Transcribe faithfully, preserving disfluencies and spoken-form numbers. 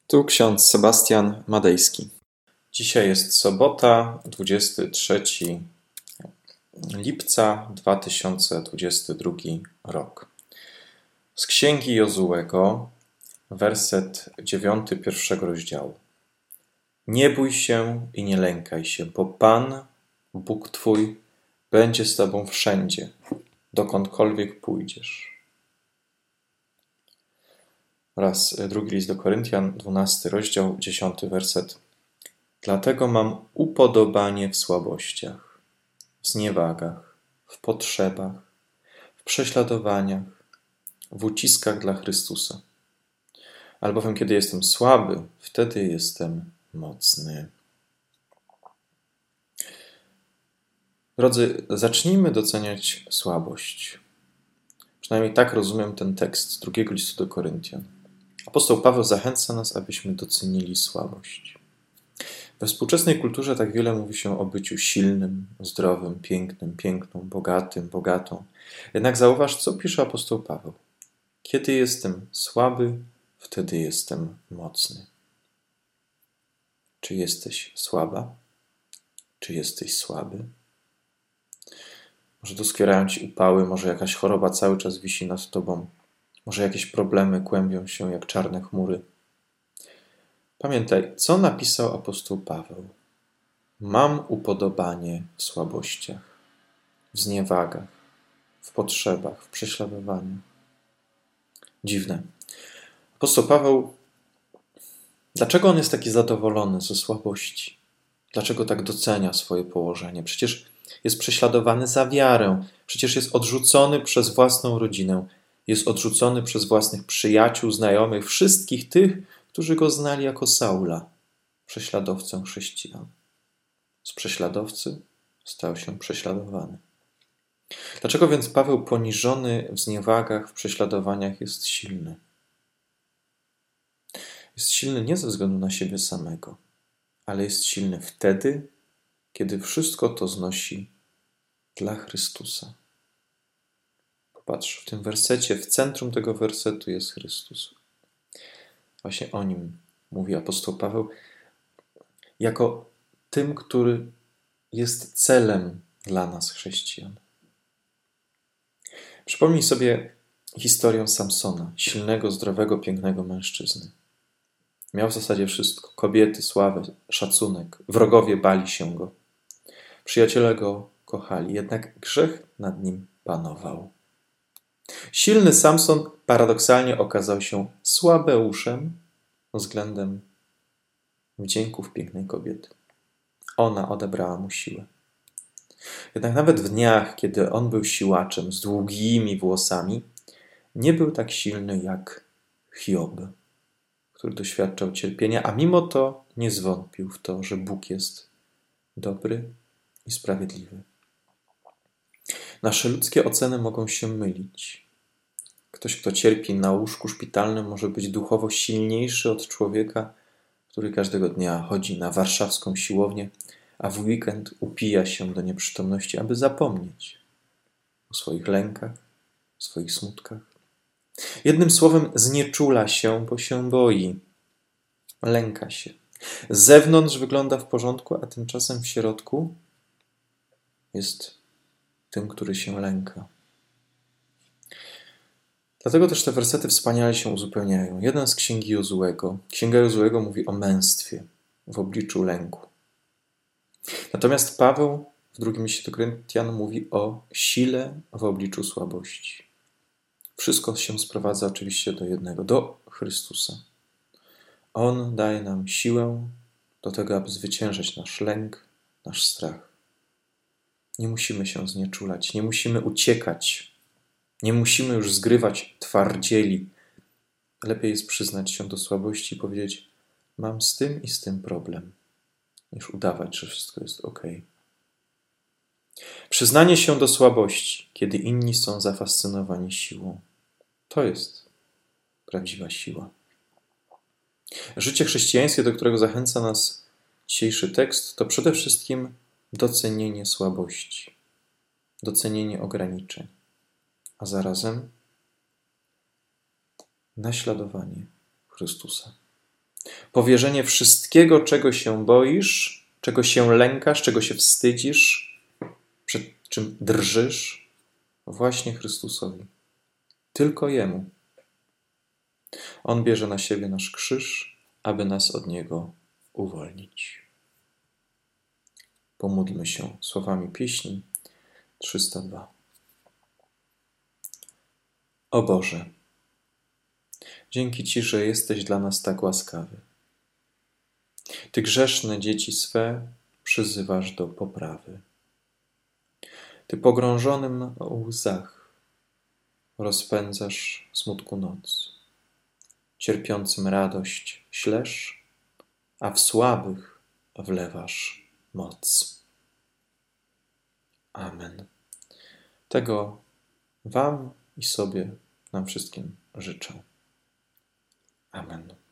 Tu ksiądz Sebastian Madejski. Dzisiaj jest sobota, dwudziestego trzeciego lipca dwa tysiące dwudziesty drugi rok. Z Księgi Jozułego, werset dziewiąty pierwszego rozdziału. Nie bój się i nie lękaj się, bo Pan, Bóg Twój, będzie z Tobą wszędzie, dokądkolwiek pójdziesz. Oraz drugi list do Koryntian, dwunasty rozdział, dziesiąty werset. Dlatego mam upodobanie w słabościach, w zniewagach, w potrzebach, w prześladowaniach, w uciskach dla Chrystusa. Albowiem kiedy jestem słaby, wtedy jestem mocny. Drodzy, zacznijmy doceniać słabość. Przynajmniej tak rozumiem ten tekst z drugiego listu do Koryntian. Apostoł Paweł zachęca nas, abyśmy docenili słabość. We współczesnej kulturze tak wiele mówi się o byciu silnym, zdrowym, pięknym, piękną, bogatym, bogatą. Jednak zauważ, co pisze apostoł Paweł. Kiedy jestem słaby, wtedy jestem mocny. Czy jesteś słaba? Czy jesteś słaby? Może doskwierają ci upały, może jakaś choroba cały czas wisi nad tobą, może jakieś problemy kłębią się jak czarne chmury. Pamiętaj, co napisał apostoł Paweł. Mam upodobanie w słabościach, w zniewagach, w potrzebach, w prześladowaniu. Dziwne. Apostoł Paweł, dlaczego on jest taki zadowolony ze słabości? Dlaczego tak docenia swoje położenie? Przecież jest prześladowany za wiarę, przecież jest odrzucony przez własną rodzinę, jest odrzucony przez własnych przyjaciół, znajomych, wszystkich tych, którzy go znali jako Saula, prześladowcę chrześcijan. Z prześladowcy stał się prześladowany. Dlaczego więc Paweł poniżony w zniewagach, w prześladowaniach jest silny? Jest silny nie ze względu na siebie samego, ale jest silny wtedy, kiedy wszystko to znosi dla Chrystusa. Popatrz, w tym wersecie, w centrum tego wersetu jest Chrystus. Właśnie o nim mówi apostoł Paweł, jako tym, który jest celem dla nas, chrześcijan. Przypomnij sobie historię Samsona, silnego, zdrowego, pięknego mężczyzny. Miał w zasadzie wszystko. Kobiety, sławę, szacunek. Wrogowie bali się go. Przyjaciele go kochali, jednak grzech nad nim panował. Silny Samson paradoksalnie okazał się słabeuszem względem wdzięków pięknej kobiety. Ona odebrała mu siłę. Jednak nawet w dniach, kiedy on był siłaczem z długimi włosami, nie był tak silny jak Hiob, który doświadczał cierpienia, a mimo to nie zwątpił w to, że Bóg jest dobry i sprawiedliwy. Nasze ludzkie oceny mogą się mylić. Ktoś, kto cierpi na łóżku szpitalnym, może być duchowo silniejszy od człowieka, który każdego dnia chodzi na warszawską siłownię, a w weekend upija się do nieprzytomności, aby zapomnieć o swoich lękach, o swoich smutkach. Jednym słowem, znieczula się, bo się boi. Lęka się. Z zewnątrz wygląda w porządku, a tymczasem w środku jest tym, który się lęka. Dlatego też te wersety wspaniale się uzupełniają. Jeden z Księgi Jozułego. Księga Jozułego mówi o męstwie w obliczu lęku. Natomiast Paweł w drugim liście do Koryntian mówi o sile w obliczu słabości. Wszystko się sprowadza oczywiście do jednego, do Chrystusa. On daje nam siłę do tego, aby zwyciężać nasz lęk, nasz strach. Nie musimy się znieczulać, nie musimy uciekać, nie musimy już zgrywać twardzieli. Lepiej jest przyznać się do słabości i powiedzieć, mam z tym i z tym problem, niż udawać, że wszystko jest ok. Przyznanie się do słabości, kiedy inni są zafascynowani siłą, to jest prawdziwa siła. Życie chrześcijańskie, do którego zachęca nas dzisiejszy tekst, to przede wszystkim docenienie słabości, docenienie ograniczeń, a zarazem naśladowanie Chrystusa. Powierzenie wszystkiego, czego się boisz, czego się lękasz, czego się wstydzisz, przed czym drżysz, właśnie Chrystusowi. Tylko Jemu. On bierze na siebie nasz krzyż, aby nas od Niego uwolnić. Pomódlmy się słowami pieśni trzysta dwa. O Boże, dzięki Ci, że jesteś dla nas tak łaskawy. Ty grzeszne dzieci swe przyzywasz do poprawy. Ty pogrążonym w łzach rozpędzasz smutku noc. Cierpiącym radość ślesz, a w słabych wlewasz moc. Amen. Tego Wam i sobie, nam wszystkim życzę. Amen.